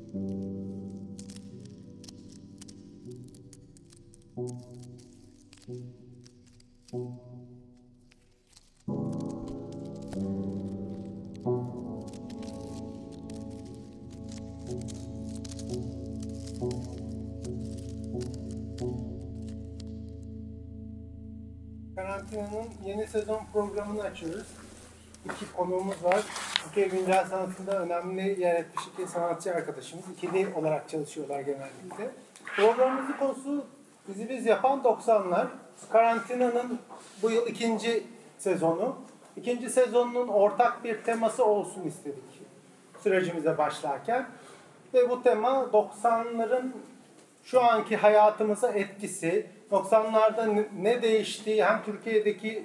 Karantinanın yeni sezon programını açıyoruz. İki konuğumuz var. Türkiye güncel sanatında önemli yer etmiş iki sanatçı arkadaşımız. İkili olarak çalışıyorlar genellikle. Programımızın konusu bizi biz yapan 90'lar. Karantinanın bu yıl ikinci sezonu. İkinci sezonun ortak bir teması olsun istedik sürecimize başlarken. Ve bu tema 90'ların şu anki hayatımıza etkisi, 90'larda ne değiştiği hem Türkiye'deki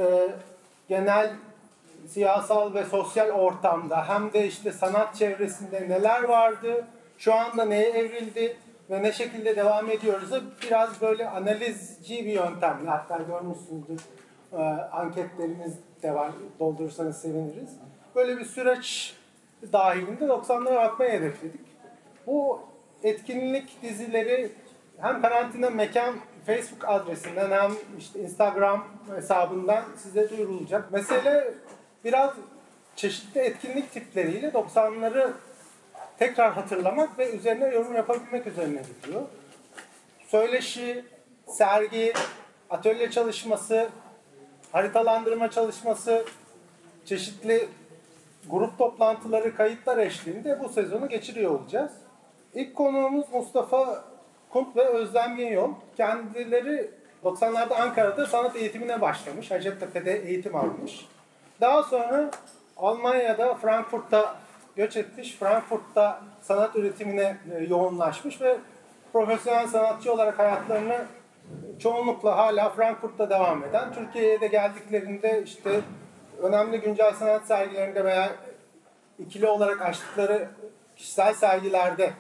genel siyasal ve sosyal ortamda hem de işte sanat çevresinde neler vardı, şu anda neye evrildi ve ne şekilde devam ediyoruz da biraz böyle analizci bir yöntemle, hatta görmüşsünüzdür anketlerimiz de var, doldurursanız seviniriz. Böyle bir süreç dahilinde 90'lara bakmayı hedefledik. Bu etkinlik dizileri hem Karantina Mekan Facebook adresinden hem işte Instagram hesabından size duyurulacak. Mesele biraz çeşitli etkinlik tipleriyle 90'ları tekrar hatırlamak ve üzerine yorum yapabilmek üzerine gidiyor. Söyleşi, sergi, atölye çalışması, haritalandırma çalışması, çeşitli grup toplantıları, kayıtlar eşliğinde bu sezonu geçiriyor olacağız. İlk konuğumuz Mustafa Kunt ve Özlem Yenyol. Kendileri 90'larda Ankara'da sanat eğitimine başlamış. Hacettepe'de eğitim almış. Daha sonra Almanya'da Frankfurt'ta göç etmiş. Frankfurt'ta sanat üretimine yoğunlaşmış ve profesyonel sanatçı olarak hayatlarını çoğunlukla hala Frankfurt'ta devam eden, Türkiye'ye de geldiklerinde işte önemli güncel sanat sergilerinde veya ikili olarak açtıkları kişisel sergilerde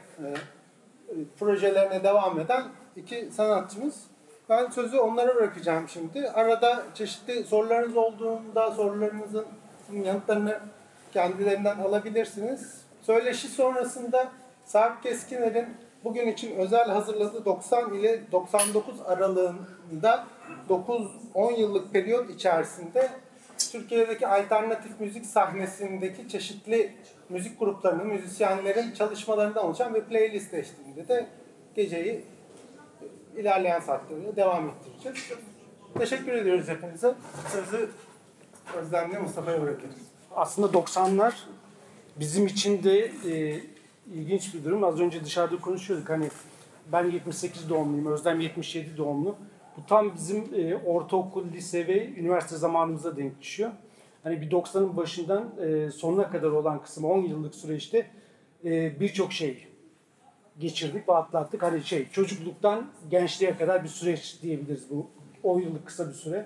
projelerine devam eden iki sanatçımız. Ben sözü onlara bırakacağım şimdi. Arada çeşitli sorularınız olduğunda sorularınızın yanıtlarını kendilerinden alabilirsiniz. Söyleşi sonrasında Sarp Keskiner'in bugün için özel hazırladığı 90 ile 99 aralığında 9-10 yıllık periyot içerisinde Türkiye'deki alternatif müzik sahnesindeki çeşitli müzik gruplarının, müzisyenlerin çalışmalarından oluşan bir playlist eşliğinde de geceyi ilerleyen saatlerinde devam ettireceğiz. Teşekkür ediyoruz hepinize. Sözü Özlem'le Mustafa'ya bırakıyoruz. Aslında 90'lar bizim için de ilginç bir durum. Az önce dışarıda konuşuyorduk. Hani ben 78 doğumluyum, Özlem 77 doğumlu. Bu tam bizim ortaokul, lise ve üniversite zamanımıza denk düşüyor. Hani bir 90'ın başından sonuna kadar olan kısım 10 yıllık süreçte birçok şey geçirdik ve atlattık. Hani çocukluktan gençliğe kadar bir süreç diyebiliriz bu 10 yıllık kısa bir süre.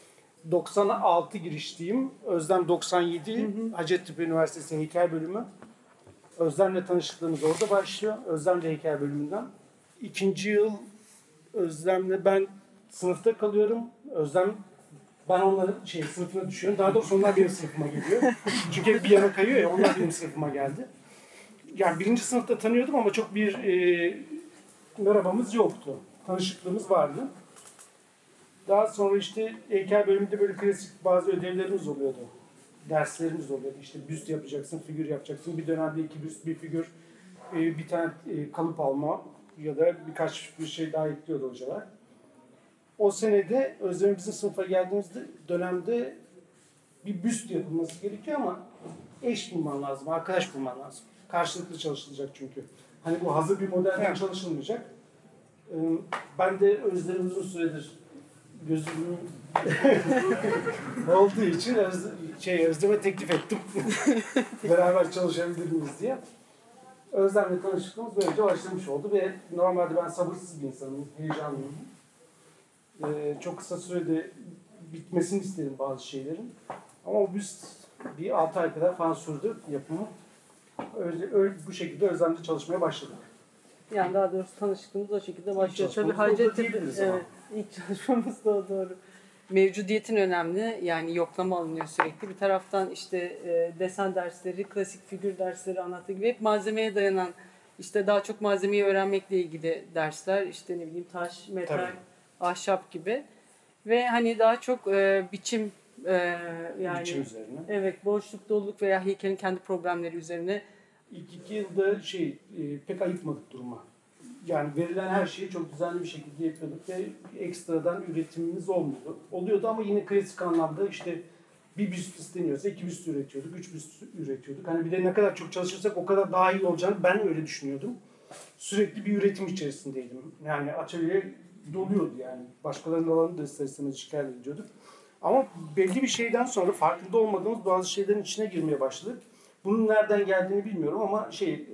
96 girişliyim. Özlem 97. Hacettepe Üniversitesi Heykel Bölümü. Özlem'le tanışıklığımız orada başlıyor. Özlem de heykel bölümünden. İkinci yıl Özlem'le ben sınıfta kalıyorum. Ben onların sınıfına düşüyorum. Daha doğrusu onlar benim sınıfıma geliyor. Çünkü hep bir yana kayıyor ya, onlar benim sınıfıma geldi. Yani birinci sınıfta tanıyordum ama çok bir merhabamız yoktu. Tanışıklığımız vardı. Daha sonra işte heykel bölümünde böyle klasik bazı ödevlerimiz oluyordu. Derslerimiz oluyordu. İşte büst yapacaksın, figür yapacaksın. Bir dönemde 2 büst, bir figür, bir tane kalıp alma ya da birkaç bir şey daha ekliyordu hocalar. O senede Özlem'in bizim sınıfa geldiğimizde dönemde bir büst yapılması gerekiyor ama eş bulman lazım, arkadaş bulman lazım. Karşılıklı çalışılacak çünkü. Hani bu hazır bir modelden çalışılmayacak. Ben de Özlem'in uzun süredir gözümün olduğu için Özlem'e teklif ettim. Beraber çalışabilir miyiz diye. Özlem'le tanışıklığımız böylece başlamış oldu ve normalde ben sabırsız bir insanım, heyecanlıyım. Çok kısa sürede bitmesini istedim bazı şeylerin. Ama o büst bir 6 ay kadar falan sürdü yapımı. Öyle bu şekilde Özlem'le çalışmaya başladık. Yani daha doğrusu tanışıklığımız o şekilde başlıyor. Tabii Hacettepe, evet, ilk çalışmamız da o, doğru. Mevcudiyetin önemli, yani yoklama alınıyor sürekli. Bir taraftan işte desen dersleri, klasik figür dersleri anlattığı gibi hep malzemeye dayanan İşte daha çok malzemeyi öğrenmekle ilgili dersler, işte ne bileyim taş, metal, Tabii. ahşap gibi. Ve hani daha çok biçim yani Biçim üzerine. evet boşluk, doluluk veya heykelin kendi problemleri üzerine. İlk 2 yılda pek ayıkmadık duruma. Yani verilen her şeyi çok düzenli bir şekilde yapıyorduk ve ekstradan üretimimiz olmuyordu. Oluyordu ama yine klasik anlamda işte bir büst isteniyorsa 2 büst üretiyorduk, 3 büst üretiyorduk. Hani bir de ne kadar çok çalışırsak o kadar daha iyi olacağını ben öyle düşünüyordum. Sürekli bir üretim içerisindeydim. Yani atölye doluyordu yani. Başkalarının alanı da ister istemez şikayet ediyorduk. Ama belli bir şeyden sonra farkında olmadığımız bazı şeylerin içine girmeye başladık. Bunun nereden geldiğini bilmiyorum ama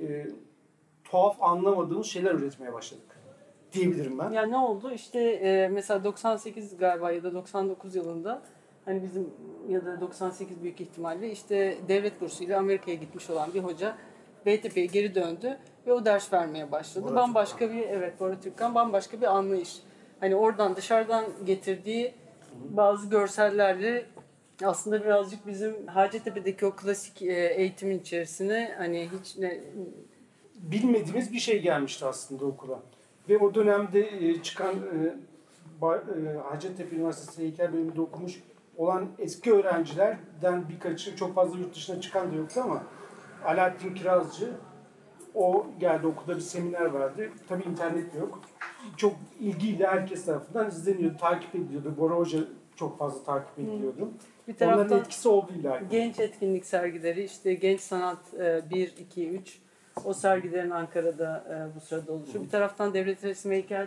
tuhaf anlamadığımız şeyler üretmeye başladık diyebilirim ben. Yani ne oldu? İşte mesela 98 galiba ya da 99 yılında hani bizim ya da 98 büyük ihtimalle işte devlet bursuyla Amerika'ya gitmiş olan bir hoca Beytepe'ye geri döndü ve o ders vermeye başladı. Bora Bambaşka bir Bora Türkkan bambaşka bir anlayış. Hani oradan dışarıdan getirdiği bazı görsellerle aslında birazcık bizim Hacettepe'deki o klasik eğitimin içerisine hani hiç Bilmediğimiz bir şey gelmişti aslında okula. Ve o dönemde çıkan Hacettepe Üniversitesi heykel bölümünde okumuş olan eski öğrencilerden birkaçı, çok fazla yurt dışına çıkan da yoktu ama Alaaddin Kirazcı, o geldi okulda bir seminer verdi. Tabii internet yok. Çok ilgiyle herkes tarafından izleniyordu, takip ediliyordu. Bora Hoca çok fazla takip ediliyordu. bir Onların taraftan etkisi oldu illa ki. genç etkinlik sergileri, işte Genç Sanat 1, 2, 3 o sergilerin Ankara'da bu sırada oluşuyor. Bir taraftan Devlet Resim Heykel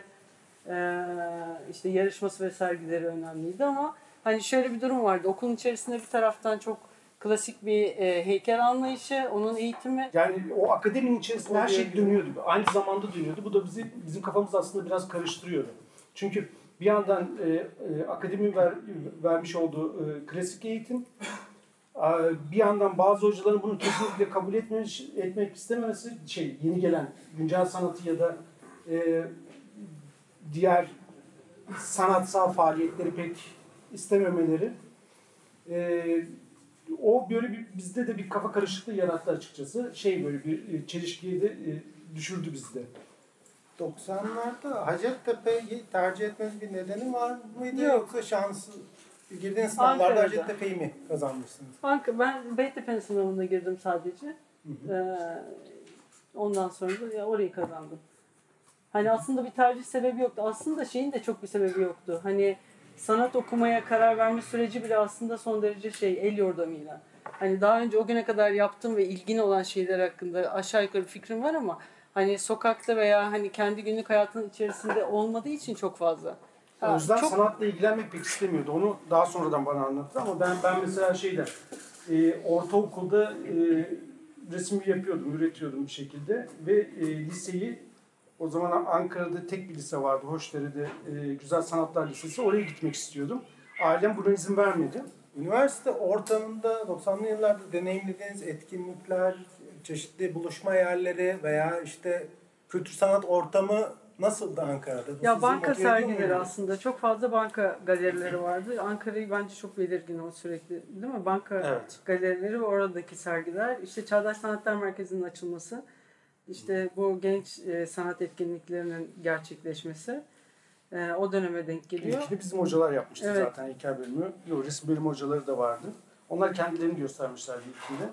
işte yarışması ve sergileri önemliydi ama hani şöyle bir durum vardı. Okulun içerisinde bir taraftan çok klasik bir heykel anlayışı, onun eğitimi. Yani o akademinin içerisinde her şey dönüyordu. Aynı zamanda dönüyordu. Bu da bizim kafamız aslında biraz karıştırıyordu. Çünkü bir yandan akademinin vermiş olduğu klasik eğitim, bir yandan bazı hocaların bunu kesinlikle kabul etmek istememesi, yeni gelen güncel sanatı ya da diğer sanatsal faaliyetleri pek istememeleri, o böyle bizde de bir kafa karışıklığı yarattı açıkçası. Böyle bir çelişkiyi de düşürdü bizde. 90'larda Hacettepe'yi tercih etmeniz bir nedeni var mıydı Yok. yoksa şansı girdiğiniz sınavlarda Ankara'da. Hacettepe'yi mi kazanmışsınız? Ben Beytepe sınavına girdim sadece. Ondan sonra da orayı kazandım. Hani aslında bir tercih sebebi yoktu. Aslında şeyin de çok bir sebebi yoktu. Hani sanat okumaya karar verme süreci bile aslında son derece el yordamıyla. Hani daha önce o güne kadar yaptığım ve ilgin olan şeyler hakkında aşağı yukarı fikrim var ama hani sokakta veya hani kendi günlük hayatının içerisinde olmadığı için çok fazla. O yüzden çok sanatla ilgilenmek pek istemiyordu. Onu daha sonradan bana anlattı ama ben mesela ortaokulda resim yapıyordum, üretiyordum bir şekilde ve liseyi, o zaman Ankara'da tek bir lise vardı, Hoşdere'de Güzel Sanatlar Lisesi, oraya gitmek istiyordum. Ailem buna izin vermedi. Üniversite ortamında 90'lı yıllarda deneyimlediğiniz etkinlikler, çeşitli buluşma yerleri veya işte kültür sanat ortamı nasıldı Ankara'da? Bu Ya sizi banka motive ediyor sergileri muydu? aslında çok fazla banka galerileri vardı. Ankara'yı bence çok belirgin o sürekli, değil mi? Banka Evet. galerileri ve oradaki sergiler. İşte Çağdaş Sanatlar Merkezi'nin açılması, işte bu genç sanat etkinliklerinin gerçekleşmesi o döneme denk geliyor. İlkini bizim hocalar yapmıştı Evet. zaten, heykel bölümü. Resim bölümü hocaları da vardı. Onlar kendilerini göstermişlerdi ilkinde.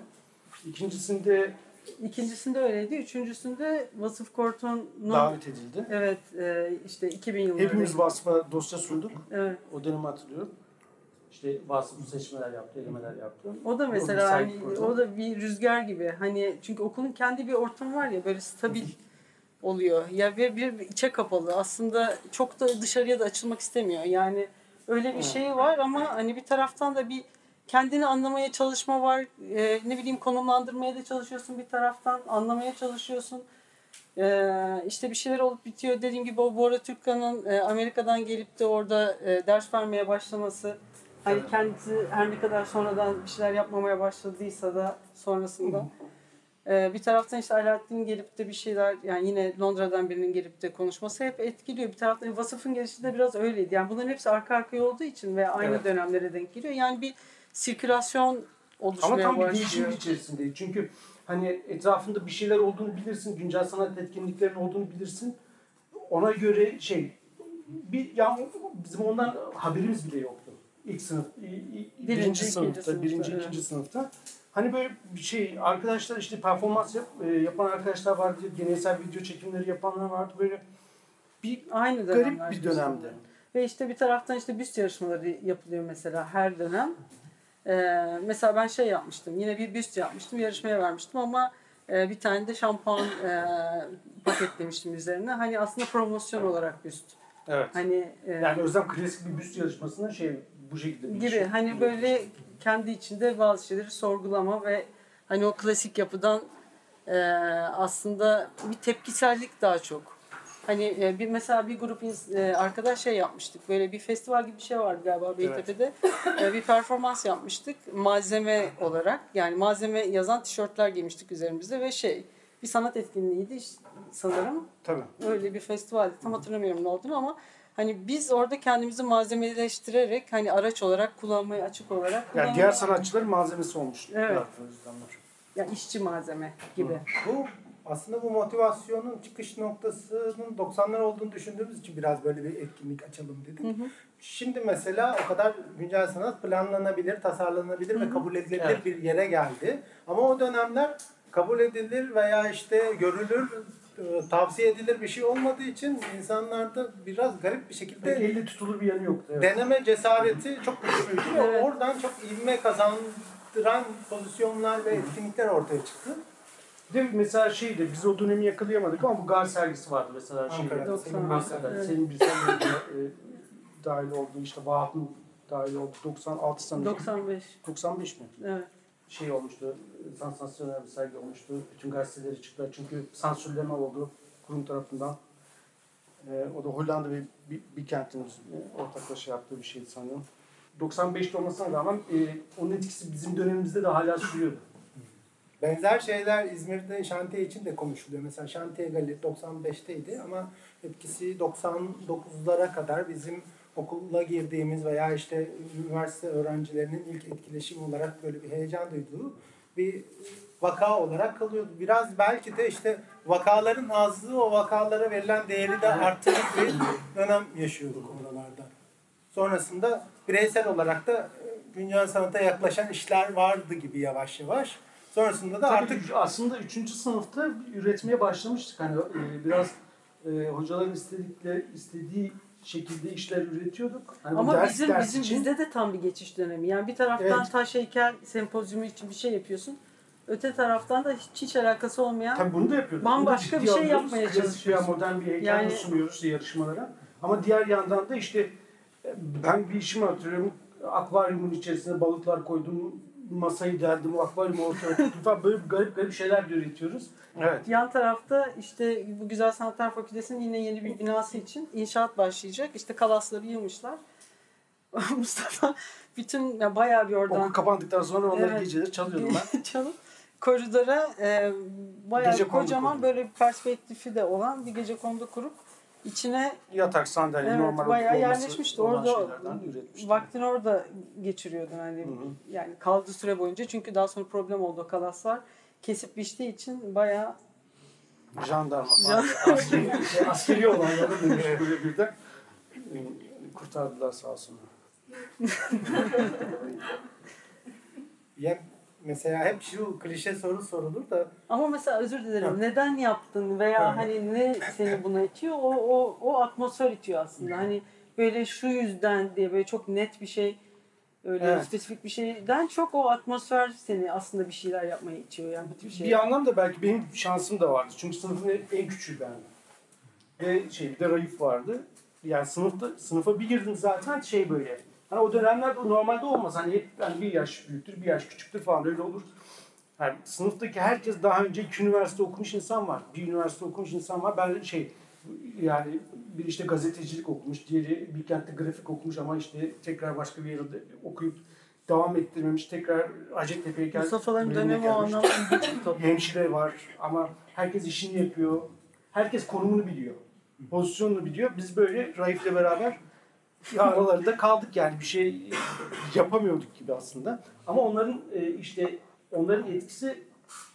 İkincisinde öyleydi. Üçüncüsünde Vasıf Korton'un Davet edildi. evet işte 2000 yılında. Hepimiz Vasıf'a dosya sunduk. Evet. O dönemi hatırlıyorum. İşte Vasıf seçmeler yaptı, elemeler yaptı. O da bir mesela sergi hani, kurdu. o da bir rüzgar gibi. Hani çünkü okulun kendi bir ortamı var ya böyle stabil oluyor. Ya ve bir içe kapalı. Aslında çok da dışarıya da açılmak istemiyor. Yani öyle bir şey var ama hani bir taraftan da bir kendini anlamaya çalışma var. Ne bileyim konumlandırmaya da çalışıyorsun bir taraftan. Anlamaya çalışıyorsun. İşte bir şeyler olup bitiyor. Dediğim gibi o Bora Türkkan'ın Amerika'dan gelip de orada ders vermeye başlaması. Hani Evet. kendisi her ne kadar sonradan bir şeyler yapmamaya başladıysa da sonrasında. Bir taraftan işte Alaaddin'in gelip de bir şeyler, yani yine Londra'dan birinin gelip de konuşması hep etkiliyor. Bir taraftan Vasıf'ın gelişi de biraz öyleydi. Yani bunların hepsi arka arkaya olduğu için ve aynı Evet. dönemlere denk geliyor. Yani bir sirkülasyon Ama oluşmaya tam bir başlıyor. değişim içerisindeyiz. Çünkü hani etrafında bir şeyler olduğunu bilirsin, güncel sanat etkinliklerinin olduğunu bilirsin. Ona göre bizim ondan haberimiz bile yoktu. İlk sınıf, birinci sınıfta, ikinci sınıfta. Hani böyle bir arkadaşlar işte performans yapan arkadaşlar vardı, deneysel video çekimleri yapanlar vardı, böyle Aynı garip bir dönemde. Ve işte bir taraftan işte büst yarışmaları yapılıyor mesela her dönem. Mesela ben yapmıştım, yine bir büst yapmıştım, yarışmaya vermiştim ama bir tane de şampuan paketlemiştim üzerine. Hani aslında promosyon olarak büst. Evet. Hani yani Özlem klasik bir büst yarışmasında bu şekilde gibi hani böyle kendi içinde bazı şeyleri sorgulama ve hani o klasik yapıdan aslında bir tepkisellik daha çok. Hani mesela bir grup arkadaş yapmıştık. Böyle bir festival gibi bir şey vardı galiba Beytepe'de. Bir performans yapmıştık malzeme olarak. Yani malzeme yazan tişörtler giymiştik üzerimizde ve bir sanat etkinliğiydi sanırım. Tabii. Öyle bir festivaldi. Tam hatırlamıyorum ne olduğunu ama hani biz orada kendimizi malzemeleştirerek hani araç olarak kullanmaya açık olarak yani diğer sanatçıların malzemesi olmuş. Evet. Ya işçi malzeme gibi. Aslında bu motivasyonun çıkış noktasının 90'lar olduğunu düşündüğümüz için biraz böyle bir etkinlik açalım dedik. Şimdi mesela o kadar güncel sanat planlanabilir, tasarlanabilir ve kabul edilebilir bir yere geldi. Ama o dönemler kabul edilir veya işte görülür, tavsiye edilir bir şey olmadığı için insanlarda biraz garip bir şekilde elle tutulur bir yanı yoktu. Deneme cesareti çok güçlüydü ve oradan çok ivme kazandıran pozisyonlar ve etkinlikler ortaya çıktı. Bir de mesela biz o dönemi yakalayamadık ama bu Gar sergisi vardı mesela. Ankara'da. Senin bir dahil olduğu, işte Vahap'ın dahil olduğu 96 sanırım. 95 mi? Evet. Olmuştu, sansasyonel bir sergi olmuştu. Bütün gazeteleri çıktılar çünkü sansürleme oldu kurum tarafından. O da Hollanda ve bir kentin ortaklaşa yaptığı bir şeydi sanırım. 95'te olmasına rağmen onun etkisi bizim dönemimizde de hala sürüyordu. Benzer şeyler İzmir'de şantiye için de konuşuluyor. Mesela Şantiye Gali 95'teydi ama etkisi 99'lara kadar bizim okula girdiğimiz veya işte üniversite öğrencilerinin ilk etkileşim olarak böyle bir heyecan duyduğu bir vaka olarak kalıyordu. Biraz belki de işte vakaların azlığı o vakalara verilen değeri de arttırdığı bir dönem yaşıyorduk oralarda. Sonrasında bireysel olarak da güncel sanata yaklaşan işler vardı gibi yavaş yavaş. Sonrasında da artık aslında 3. sınıfta üretmeye başlamıştık. Hani biraz hocaların istediği şekilde işler üretiyorduk. Hani ama bizde de tam bir geçiş dönemi. Yani bir taraftan taş heykel sempozyumu için bir şey yapıyorsun. Öte taraftan da hiç alakası olmayan tabii bunu da yapıyorduk. Bambaşka bir şey yapmaya çalışıyoruz. Modern bir heykel sunuyoruz yarışmalara. Ama diğer yandan da işte ben bir işimi hatırlıyorum. Akvaryumun içerisine balıklar koydum. Masayı deldim, akvaryumu ortaya koydum falan, böyle garip şeyler üretiyoruz. Evet. Yan tarafta işte bu Güzel Sanatlar Fakültesi'nin yine yeni bir binası için inşaat başlayacak. İşte kalasları yığmışlar. Mustafa bayağı bir oradan... Okul kapandıktan sonra onları geceleri çalıyordum ben. Çalıp koridora bayağı kocaman böyle bir perspektifi de olan bir gecekondu kurup içine yatak, sandalye, normal bayağı yerleşmişti. Orada vaktini orada geçiriyordun hani. Yani kaldığı süre boyunca çünkü daha sonra problem oldu o kalaslar. Kesip biçtiği için bayağı jandarma falan. askeri olanları demiş böyle birden. Kurtardılar sağ olsun. Ya mesela hep şu klişe soru sorulur da. Ama mesela özür dilerim. Neden yaptın veya hani ne seni buna itiyor? O atmosfer itiyor aslında. Hani böyle şu yüzden diye böyle çok net bir şey, öyle spesifik bir şeyden çok o atmosfer seni aslında bir şeyler yapmaya itiyor yani bu tip şey. Bir anlamda belki benim şansım da vardı. Çünkü sınıfın en küçüğü bendim. Ve bir de Raif vardı. Yani sınıfa bir girdim zaten böyle. Hani o dönemlerde normalde olmaz. Hani bir yaş büyüktür, bir yaş küçüktür falan öyle olur. Yani sınıftaki herkes daha önce 2 üniversite okumuş insan var. Bir üniversite okumuş insan var. Ben yani bir işte gazetecilik okumuş, diğeri Bilkent'te grafik okumuş ama işte tekrar başka bir yerde okuyup devam ettirmemiş. Tekrar Hacettepe'ye gelmiş. Mustafa'ların dönemi o anlamda hemşire var ama herkes işini yapıyor. Herkes konumunu biliyor. Pozisyonunu biliyor. Biz böyle Raif'le beraber aralarında kaldık yani bir şey yapamıyorduk gibi aslında. Ama onların etkisi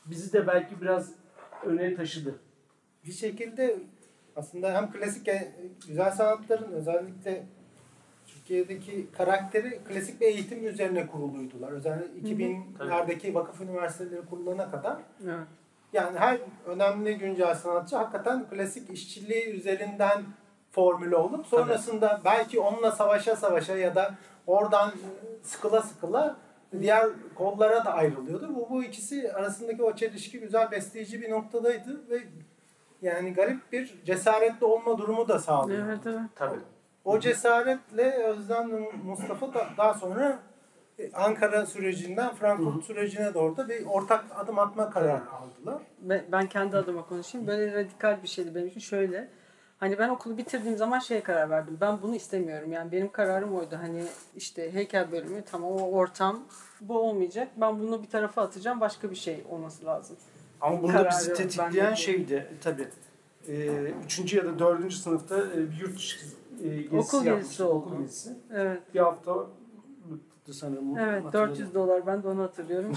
bizi de belki biraz öne taşıdı. Bir şekilde aslında hem klasik güzel sanatların özellikle Türkiye'deki karakteri klasik bir eğitim üzerine kuruluydular. Özellikle 2000'lerdeki vakıf üniversiteleri kurulana kadar. Evet. Yani her önemli güncel sanatçı hakikaten klasik işçiliği üzerinden formüle olup sonrasında belki onunla savaşa ya da oradan sıkıla diğer kollara da ayrılıyordu. Bu ikisi arasındaki o çelişki güzel besleyici bir noktadaydı ve yani garip bir cesaretli olma durumu da sağlıyor. Evet, evet. Tabii. O cesaretle Özlem Mustafa da daha sonra Ankara sürecinden Frankfurt sürecine doğru da bir ortak adım atma kararı aldılar. Ben kendi adıma konuşayım. Böyle radikal bir şeydi benim için. Şöyle, hani ben okulu bitirdiğim zaman şeye karar verdim. Ben bunu istemiyorum. Yani benim kararım oydu. Hani işte heykel bölümü, tamam, o ortam bu olmayacak. Ben bunu bir tarafa atacağım. Başka bir şey olması lazım. Ama bunda Kararı bizi tetikleyen bendeki. şeydi tabii. 3. ya da 4. sınıfta bir yurt dışı gezisi Okul gezisi yapmıştık. oldu. Okul gezisi. Evet. Bir haftalıktı sanırım. Evet, hatırladım. $400 ben de onu hatırlıyorum.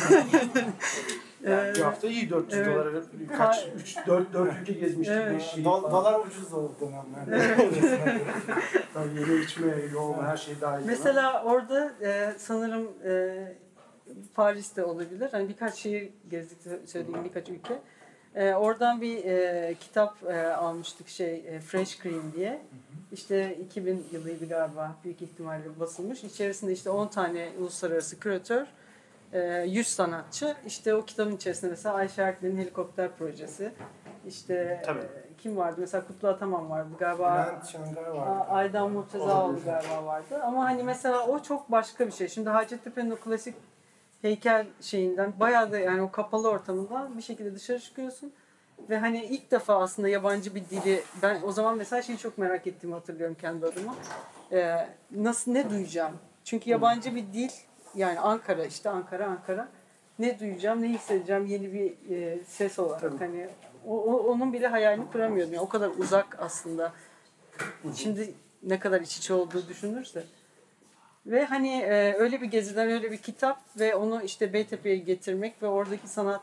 Yani bir hafta iyi 400 Evet. dolara kaç 4 ülke gezmiştik. Evet. 5 şehir Dolar ucuz o dönemlerde. Tabii yeme içme, yol, her şey dahil. Mesela orada sanırım Paris'te olabilir. Hani birkaç şehir gezdik, söyleyeyim, birkaç ülke. Oradan bir kitap almıştık, Fresh Cream diye. İşte 2000 yılıydı galiba, büyük ihtimalle basılmış. İçerisinde işte 10 tane uluslararası küratör, 100 sanatçı. İşte o kitabın içerisinde mesela Ayşe Erkmen'in helikopter projesi. İşte kim vardı? Mesela Kutlu Ataman vardı galiba. Bülent Şangar vardı. Aydan Murtazaoğlu galiba vardı. Ama hani mesela o çok başka bir şey. Şimdi Hacettepe'nin o klasik heykel şeyinden bayağı da yani o kapalı ortamından bir şekilde dışarı çıkıyorsun. Ve hani ilk defa aslında yabancı bir dili, ben o zaman mesela şeyi çok merak ettiğimi hatırlıyorum kendi adıma. Ne duyacağım? Çünkü yabancı bir dil, yani Ankara, işte Ankara. Ne duyacağım, ne hissedeceğim yeni bir ses olarak. Tabii. Hani onun bile hayalini kuramıyordum. Yani o kadar uzak aslında. Şimdi ne kadar iç içe olduğu düşünürse. Ve hani öyle bir geziden öyle bir kitap ve onu işte Beytepe'ye getirmek ve oradaki sanat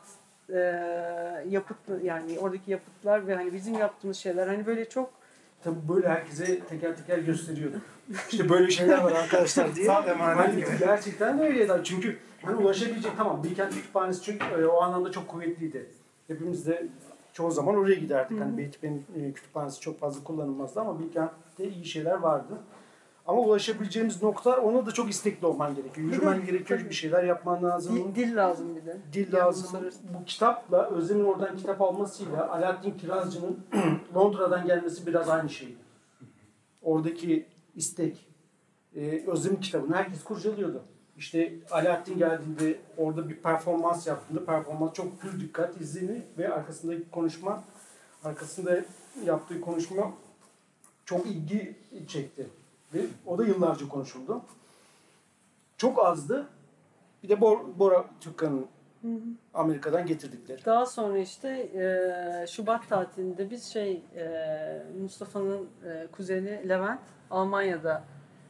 yani oradaki yapıtlar ve hani bizim yaptığımız şeyler hani böyle çok Tabii böyle herkese teker teker gösteriyordu. İşte böyle şeyler var arkadaşlar diye. Sağ emanet Hani gibi. gerçekten de öyleydi. Çünkü hani ulaşabilecek, tamam, Bilkent Kütüphanesi çünkü o anlamda çok kuvvetliydi. Hepimiz de çoğu zaman oraya giderdik. Hani Beytepe'nin kütüphanesi çok fazla kullanılmazdı ama Bilkent'te iyi şeyler vardı. Ama ulaşabileceğimiz nokta, ona da çok istekli olman gerekiyor. Yürümen gerekiyor, bir şeyler yapman lazım. dil lazım bir de. Dil Yani lazım. Bu kitapla, Özlem'in oradan kitap almasıyla Alaaddin Kirazcı'nın Londra'dan gelmesi biraz aynı şeydi. Oradaki istek. Özlem'in kitabını herkes kurcalıyordu. İşte Alaaddin geldiğinde orada bir performans yaptığında performans çok pür dikkat izlenir ve arkasında yaptığı konuşma çok ilgi çekti. Ve o da yıllarca konuşuldu. Çok azdı. Bir de Bora Türkkan'ın Amerika'dan getirdikleri. Daha sonra işte Şubat tatilinde biz Mustafa'nın kuzeni Levent Almanya'da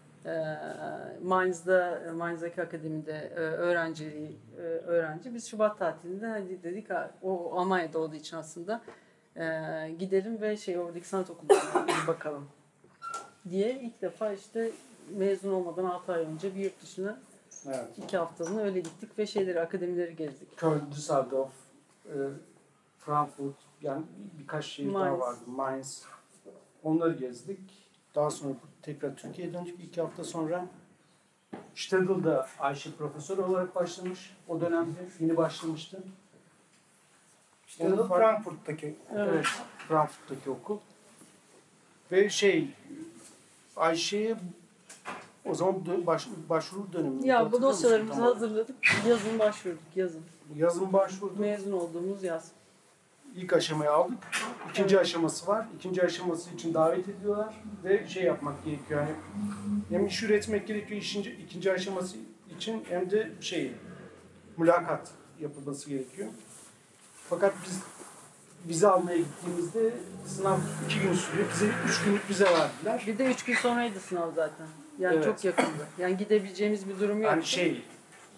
Mainz'daki akademide öğrenci. Biz Şubat tatilinde hadi dedik, o Almanya'da olduğu için aslında gidelim ve oradaki sanat okullarına bir bakalım diye ilk defa işte mezun olmadan 6 ay önce bir yurt dışına 2 haftalığına öyle gittik ve akademileri gezdik. Köln, Düsseldorf, Frankfurt, yani birkaç şehir daha vardı. Mainz. Onları gezdik. Daha sonra tekrar Türkiye'ye döndük 2 hafta sonra. Stadel'da Ayşe profesör olarak başlamış. O dönemde yeni başlamıştı. Frankfurt'taki. Evet, Frankfurt'taki okul. Ve Ayşe'ye o zaman başvuru döneminde. Ya bu dosyalarımızı hazırladık. Yazın başvurduk. Yazın başvurduk. Mezun olduğumuz yaz. İlk aşamayı aldık. İkinci aşaması var. İkinci aşaması için davet ediyorlar ve yapmak gerekiyor. Yani hem iş üretmek gerekiyor ikinci aşaması için hem de mülakat yapılması gerekiyor. Fakat biz vize almaya gittiğimizde sınav 2 gün sürüyor. Bize 3 günlük vize verdiler. Bir de 3 gün sonraydı sınav zaten. Yani Evet. çok yakındı. Yani gidebileceğimiz bir durum yok. Yani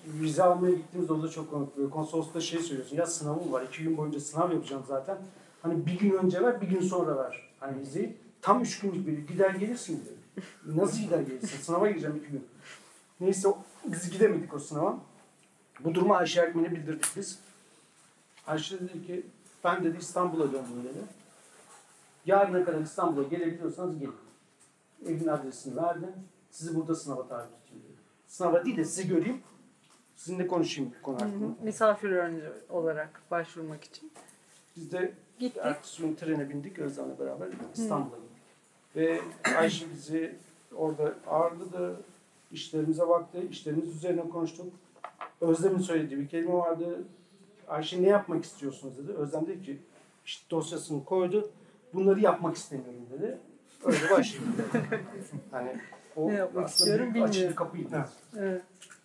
vize almaya gittiğimizde o da çok komik. Böyle konsolosluğa şey söylüyorsun. Ya sınavım var. 2 gün boyunca sınav yapacağım zaten. Hani bir gün önce ver, bir gün sonra ver. Hani vizeyi. Tam 3 günlük bir gider gelirsin diyor. Nasıl gider gelirsin? Sınava gireceğim 2 gün. Neyse biz gidemedik o sınava. Bu durumu Ayşe Erkmen'e bildirdik biz. Ayşe dedi ki ben dedi İstanbul'a döndüm dedi. Yarına kadar İstanbul'a gelebiliyorsanız gelin. Evin adresini verdim. Sizi burada sınava tabi tutayım dedi. Sınava değil de sizi göreyim. Sizinle konuşayım bu konu hakkında. Misafir öğrenci olarak başvurmak için. Biz de Gittik. ertesi gün trene bindik Özlem'le beraber İstanbul'a gittik. Ve Ayşe bizi orada ağırladı. İşlerimize baktı. İşlerimiz üzerine konuştuk. Özlem'in söylediği bir kelime vardı. Ayşe ne yapmak istiyorsunuz dedi. Özlem dedi ki işte dosyasını koydu. Bunları yapmak istemiyorum dedi. Öyle başladı. Hani o Ne yapmak aslında istiyorum bir açık bilmiyorum. bir kapıydı. Evet.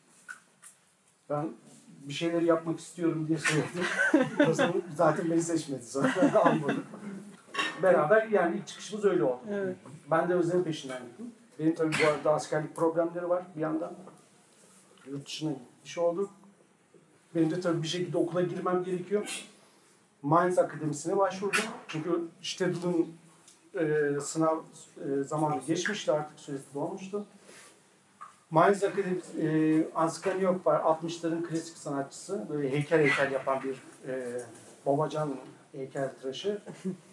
Ben bir şeyleri yapmak istiyorum diye söyledim. Özlem zaten beni seçmedi sonra. Almadı. Beraber yani ilk çıkışımız öyle oldu. Evet. Ben de Özlem'in peşinden gittim. Benim tabii bu arada askerlik problemleri var bir yandan. Yurt dışına gitmiş olduk. Benim de tabii bir şekilde okula girmem gerekiyor. Mainz Akademisi'ne başvurdum. Çünkü Stedt'in sınav zamanı geçmişti, artık süresi dolmuştu. Mainz Akademisi, Ansgar Yok var, 60'ların klasik sanatçısı. Böyle heykel yapan bir babacan heykeltıraşı.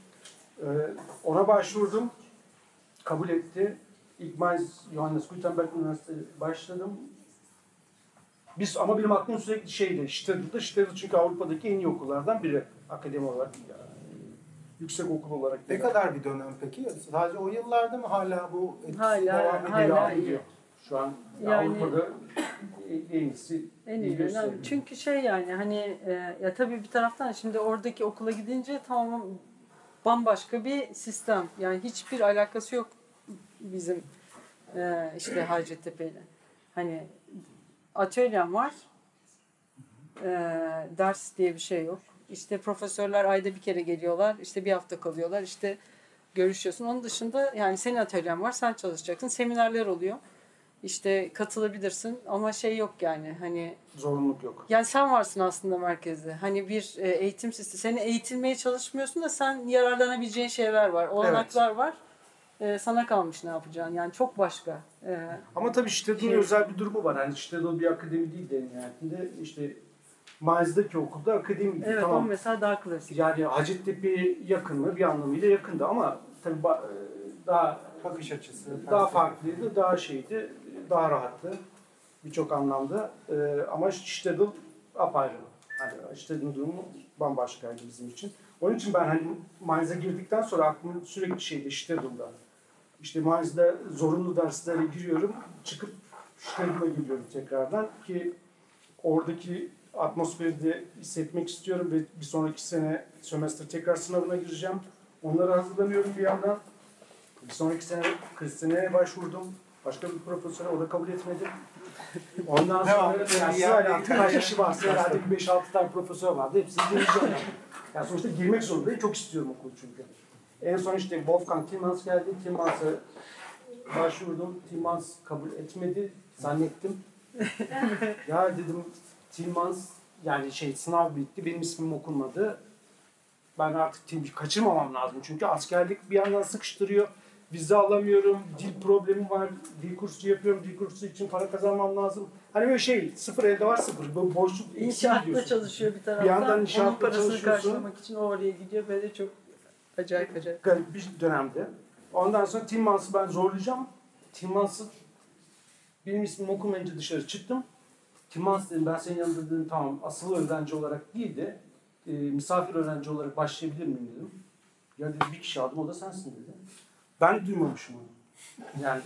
Ona başvurdum. Kabul etti. İlk Mainz Johannes Gutenberg Üniversitesi başladım. Ama benim aklım sürekli şeydi, Stedt'da çünkü Avrupa'daki en iyi okullardan biri. Akademi olarak, yüksek okul olarak. Ne kadar bir dönem peki? Sadece o yıllarda mı hala bu etkisi Hala- devam ediyor? hala Devam iyi. ediyor. Şu an Yani- Avrupa'da en iyisi. En iyi gösteriyor. dönem. Çünkü şey yani hani ya tabii bir taraftan şimdi oradaki okula gidince tamam bambaşka bir sistem. Yani hiçbir alakası yok bizim işte Hacettepe'yle. Hani atölyem var. Ders diye bir şey yok. İşte profesörler ayda bir kere geliyorlar. İşte bir hafta kalıyorlar. İşte görüşüyorsun. Onun dışında yani senin atölyen var. Sen çalışacaksın. Seminerler oluyor. İşte katılabilirsin ama şey yok yani hani Zorunluluk yok. yani sen varsın aslında merkezde. Hani bir eğitim sistemi. Seni eğitilmeye çalışmıyorsun da sen yararlanabileceğin şeyler var. Olanaklar var. Sana kalmış ne yapacağın. Yani çok başka. Ama tabii Stedt'in özel bir durumu var. Yani Stedt'in bir akademi değil de nihayetinde işte Mainz'daki okulda akademiydi. Evet o Tamam. mesela daha klasik. Yani Hacettepe'ye yakın mı bir anlamıyla yakındı ama tabii daha Bakış açısı. daha farklıydı, daha şeydi, daha rahattı birçok anlamda. Ama Stedtl apayrı. Hani Stedtl'in durumu bambaşkaydı bizim için. Onun için ben hani Mainz'a girdikten sonra aklım sürekli şeydi Stedtl'da. İşte Mainz'da zorunlu derslere giriyorum, çıkıp Stedtl'a giriyorum tekrardan ki oradaki atmosferi de hissetmek istiyorum ve bir sonraki sene sömestr tekrar sınavına gireceğim. Onlara hazırlanıyorum bir yandan. Bir sonraki sene Kristine'ye başvurdum. Başka bir profesöre, o da kabul etmedi. Ondan sonra yani sırayla kaç kişi varsa herhalde 5-6 tane profesör vardı. Hepsini dinleyeceğim. Yani sonuçta girmek zorundayım. Çok istiyorum okulu çünkü. En son işte Wolfgang Tillmans geldi. Tillmans'a başvurdum. Tillmans kabul etmedi. Zannettim. Ya dedim Tillmans yani sınav bitti. Benim ismim okunmadı. Ben artık kaçırmamam lazım. Çünkü askerlik bir yandan sıkıştırıyor. Vize alamıyorum. Dil problemi var. Dil kursu yapıyorum. Dil kursu için para kazanmam lazım. Hani böyle sıfır elde var sıfır. Böyle boşluk İnşaatta çalışıyor bir taraftan. yandan inşaatta onun parasını çalışıyorsun. karşılamak için o oraya gidiyor. Böyle çok acayip. Garip bir dönemde. Ondan sonra Tillmans'ı ben zorlayacağım. Tillmans'ı benim ismim okunmayınca dışarı çıktım. Tillmans dedim ben senin yanında dedim tamam asıl öğrenci olarak değil de misafir öğrenci olarak başlayabilir miyim dedim. Ya dedi bir kişi aldım o da sensin dedi. Ben duymamışım onu. Yani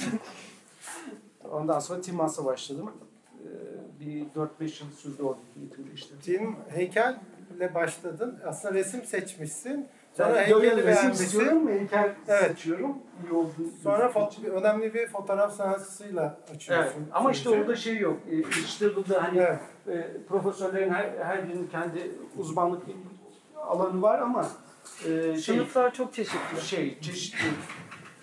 ondan sonra Tillmans'a başladım. Bir 4-5 yıl sürdü oradaki eğitimde işte. Tim heykelle başladın. Aslında resim seçmişsin. Sonra Yani heykeli resim beğenmişsin. istiyorum, heykel Evet. seçiyorum. İyi olduğunu Sonra gözüküyor. önemli bir fotoğraf sanatçısıyla açıyorsun. Evet. Ama işte süreci. orada şey yok. İşte burada hani Evet. profesörlerin her birinin kendi uzmanlık alanı var ama Sınıflar çok çeşitli. çeşitli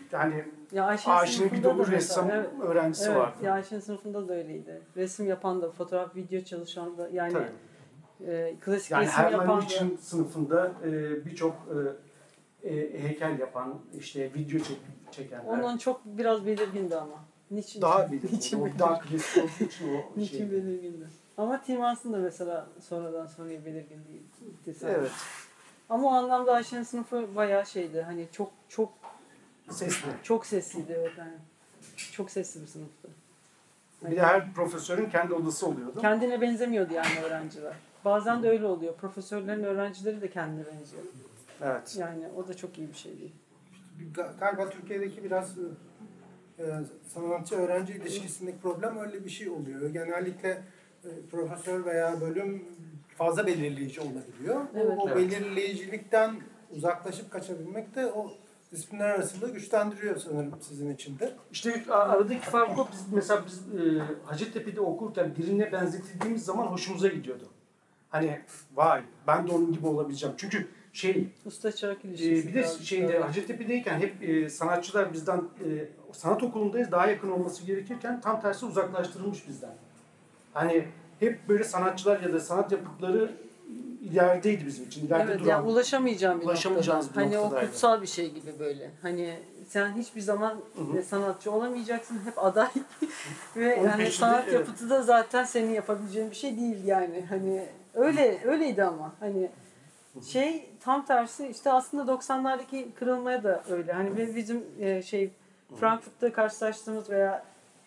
yani Ya Ayşe'nin Ayşe'nin bir sınıfında dolu da ressam mesela, öğrencisi evet, vardı. ya Ayşe'nin sınıfında da öyleydi. Resim yapan da, fotoğraf, video çalışan da, yani klasik Yani resim Hermann yapan da. Nilsson'un sınıfında birçok heykel yapan, işte video çekenler. Onun çok biraz belirgindi ama. Niçin? Daha belirgin. Niçin O daha klasik olduğu için o Niçin şey. belirgindi? Ama Tim Hansen da mesela sonradan sonraya belirgin değil. Evet. Ama o anlamda Ayşe'nin sınıfı bayağı şeydi. Hani çok çok Sesli. çok sesliydi, evet, yani. Çok sesli bir sınıftı. Bir de her profesörün kendi odası oluyordu. Kendine benzemiyordu yani öğrenciler. Bazen de öyle oluyor. Profesörlerin öğrencileri de kendine benziyor. Evet. Yani o da çok iyi bir şey değil. Galiba Türkiye'deki biraz sanatçı öğrenci ilişkisindeki problem öyle bir şey oluyor. Genellikle profesör veya bölüm fazla belirleyici olabiliyor. Evet. O Evet. belirleyicilikten uzaklaşıp kaçabilmek de o disiplinler arasında güçlendiriyor sanırım sizin için de. İşte aradaki fark o. Biz Hacettepe'de okurken birine benzetildiğimiz zaman hoşumuza gidiyordu. Hani vay ben de onun gibi olabileceğim. Çünkü Usta çırak ilişkisi. bir de biraz şeyde böyle. Hacettepe'deyken hep sanatçılar bizden sanat okulundayız daha yakın olması gerekirken tam tersi uzaklaştırılmış bizden. Hani hep böyle sanatçılar ya da sanat yapıtları ilerideydi bizim için. İleride Evet, duran. yani Ulaşamayacağımız bir Hani o noktadaydı. kutsal bir şey gibi böyle. Hani sen hiçbir zaman sanatçı olamayacaksın. Hep aday. Ve Onun yani peşinde, sanat evet. yapıtı da zaten senin yapabileceğin bir şey değil yani. Hani öyleydi ama hani tam tersi işte aslında 90'lardaki kırılmaya da öyle. Hani ve bizim Frankfurt'ta karşılaştığımız veya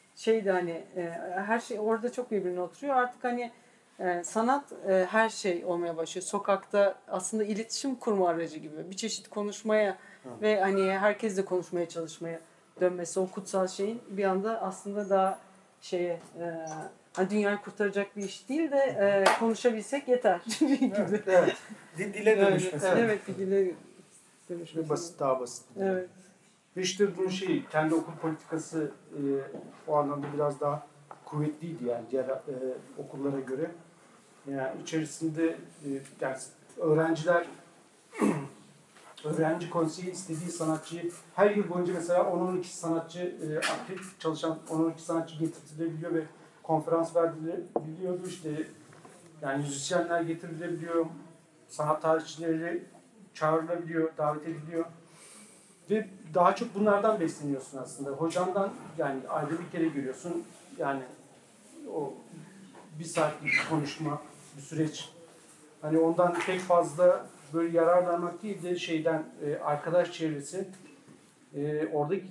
her şey orada çok birbirine oturuyor. Artık hani sanat her şey olmaya başlıyor. Sokakta aslında iletişim kurma aracı gibi. Bir çeşit konuşmaya ve hani herkesle konuşmaya çalışmaya dönmesi, o kutsal şeyin bir anda aslında daha hani dünyayı kurtaracak bir iş değil de konuşabilsek yeter gibi. Evet. Dile dönüşmesi. Evet, bir dile dönüşmesi. Basit, daha basit. Evet. Ve işte bunun kendi okul politikası o anlamda biraz daha kuvvetliydi yani diğer okullara göre. Yani içerisinde yani öğrenciler öğrenci konseyi istediği sanatçıyı her yıl boyunca mesela 10-12 sanatçı aktif çalışan 10-12 sanatçı getirtilebiliyor ve konferans verilebiliyordu işte yani müzisyenler getirilebiliyor, sanat tarihçileri çağrılabiliyor, davet ediliyor. Ve daha çok bunlardan besleniyorsun aslında. Hocandan yani ayda bir kere görüyorsun. Yani o bir saatlik bir konuşma, bir süreç. Hani ondan pek fazla böyle yararlanmak değil de arkadaş çevresi, oradaki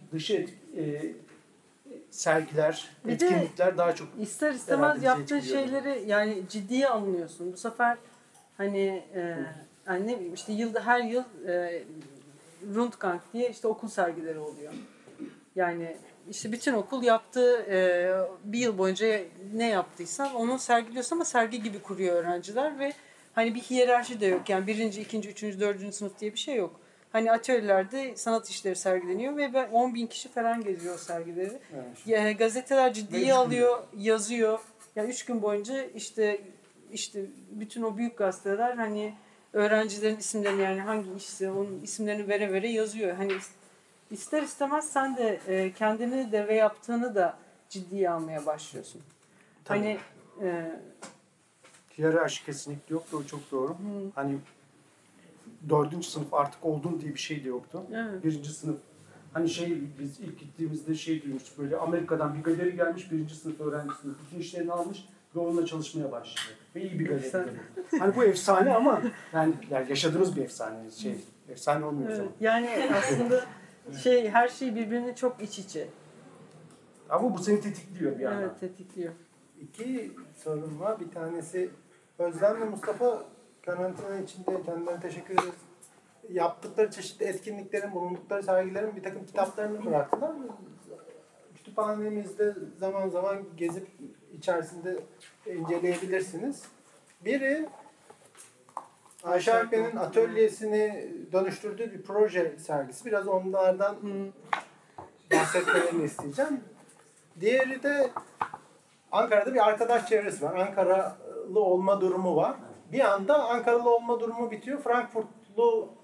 sergiler, Bir de etkinlikler daha çok İster herhalde istemez bizi yaptığın etkiliyor. şeyleri yani ciddiye almıyorsun. Bu sefer hani yani ne bileyim işte her yıl Rundgang diye işte okul sergileri oluyor. Yani işte bütün okul yaptığı bir yıl boyunca ne yaptıysan onu sergiliyorsun ama sergi gibi kuruyor öğrenciler ve hani bir hiyerarşi de yok. Yani birinci, ikinci, üçüncü, dördüncü sınıf diye bir şey yok. Hani atölyelerde sanat işleri sergileniyor ve 10.000 kişi falan geziyor o sergileri. Evet. Gazeteler Ve ciddiye 3 günde. alıyor, yazıyor. Yani 3 gün boyunca işte bütün o büyük gazeteler hani öğrencilerin isimlerini yani hangi işse onun isimlerini vere vere yazıyor. Hani ister istemez sen de kendini de ve yaptığını da ciddiye almaya başlıyorsun. Tabii. Hani Hiyerarşi kesinlikle yoktu, o çok doğru. Hani 4. sınıf artık oldun diye bir şey de yoktu. Evet. 1. sınıf hani biz ilk gittiğimizde duymuştuk böyle Amerika'dan bir galeri gelmiş 1. sınıf öğrencisinin bütün işlerini almış ve onunla çalışmaya başladı. Ve iyi bir galeri. Efsane. Hani bu efsane ama yani yaşadığımız bir efsane efsane olmuyor o Evet. zaman. Yani aslında her şey birbirine çok iç içe. Ama bu seni tetikliyor bir yandan. Evet, tetikliyor. 2 sorun var. Bir tanesi Özlem ve Mustafa karantina içinde kendilerine teşekkür ederiz. Yaptıkları çeşitli etkinliklerin, bulundukları sergilerin bir takım kitaplarını bıraktılar. Kütüphanemizde zaman zaman gezip içerisinde inceleyebilirsiniz. Biri Ayşe Alpen'in atölyesini dönüştürdüğü bir proje sergisi. Biraz onlardan bahsetmelerini isteyeceğim. Diğeri de Ankara'da bir arkadaş çevresi var. Ankaralı olma durumu var. Bir anda Ankaralı olma durumu bitiyor. Frankfurtlu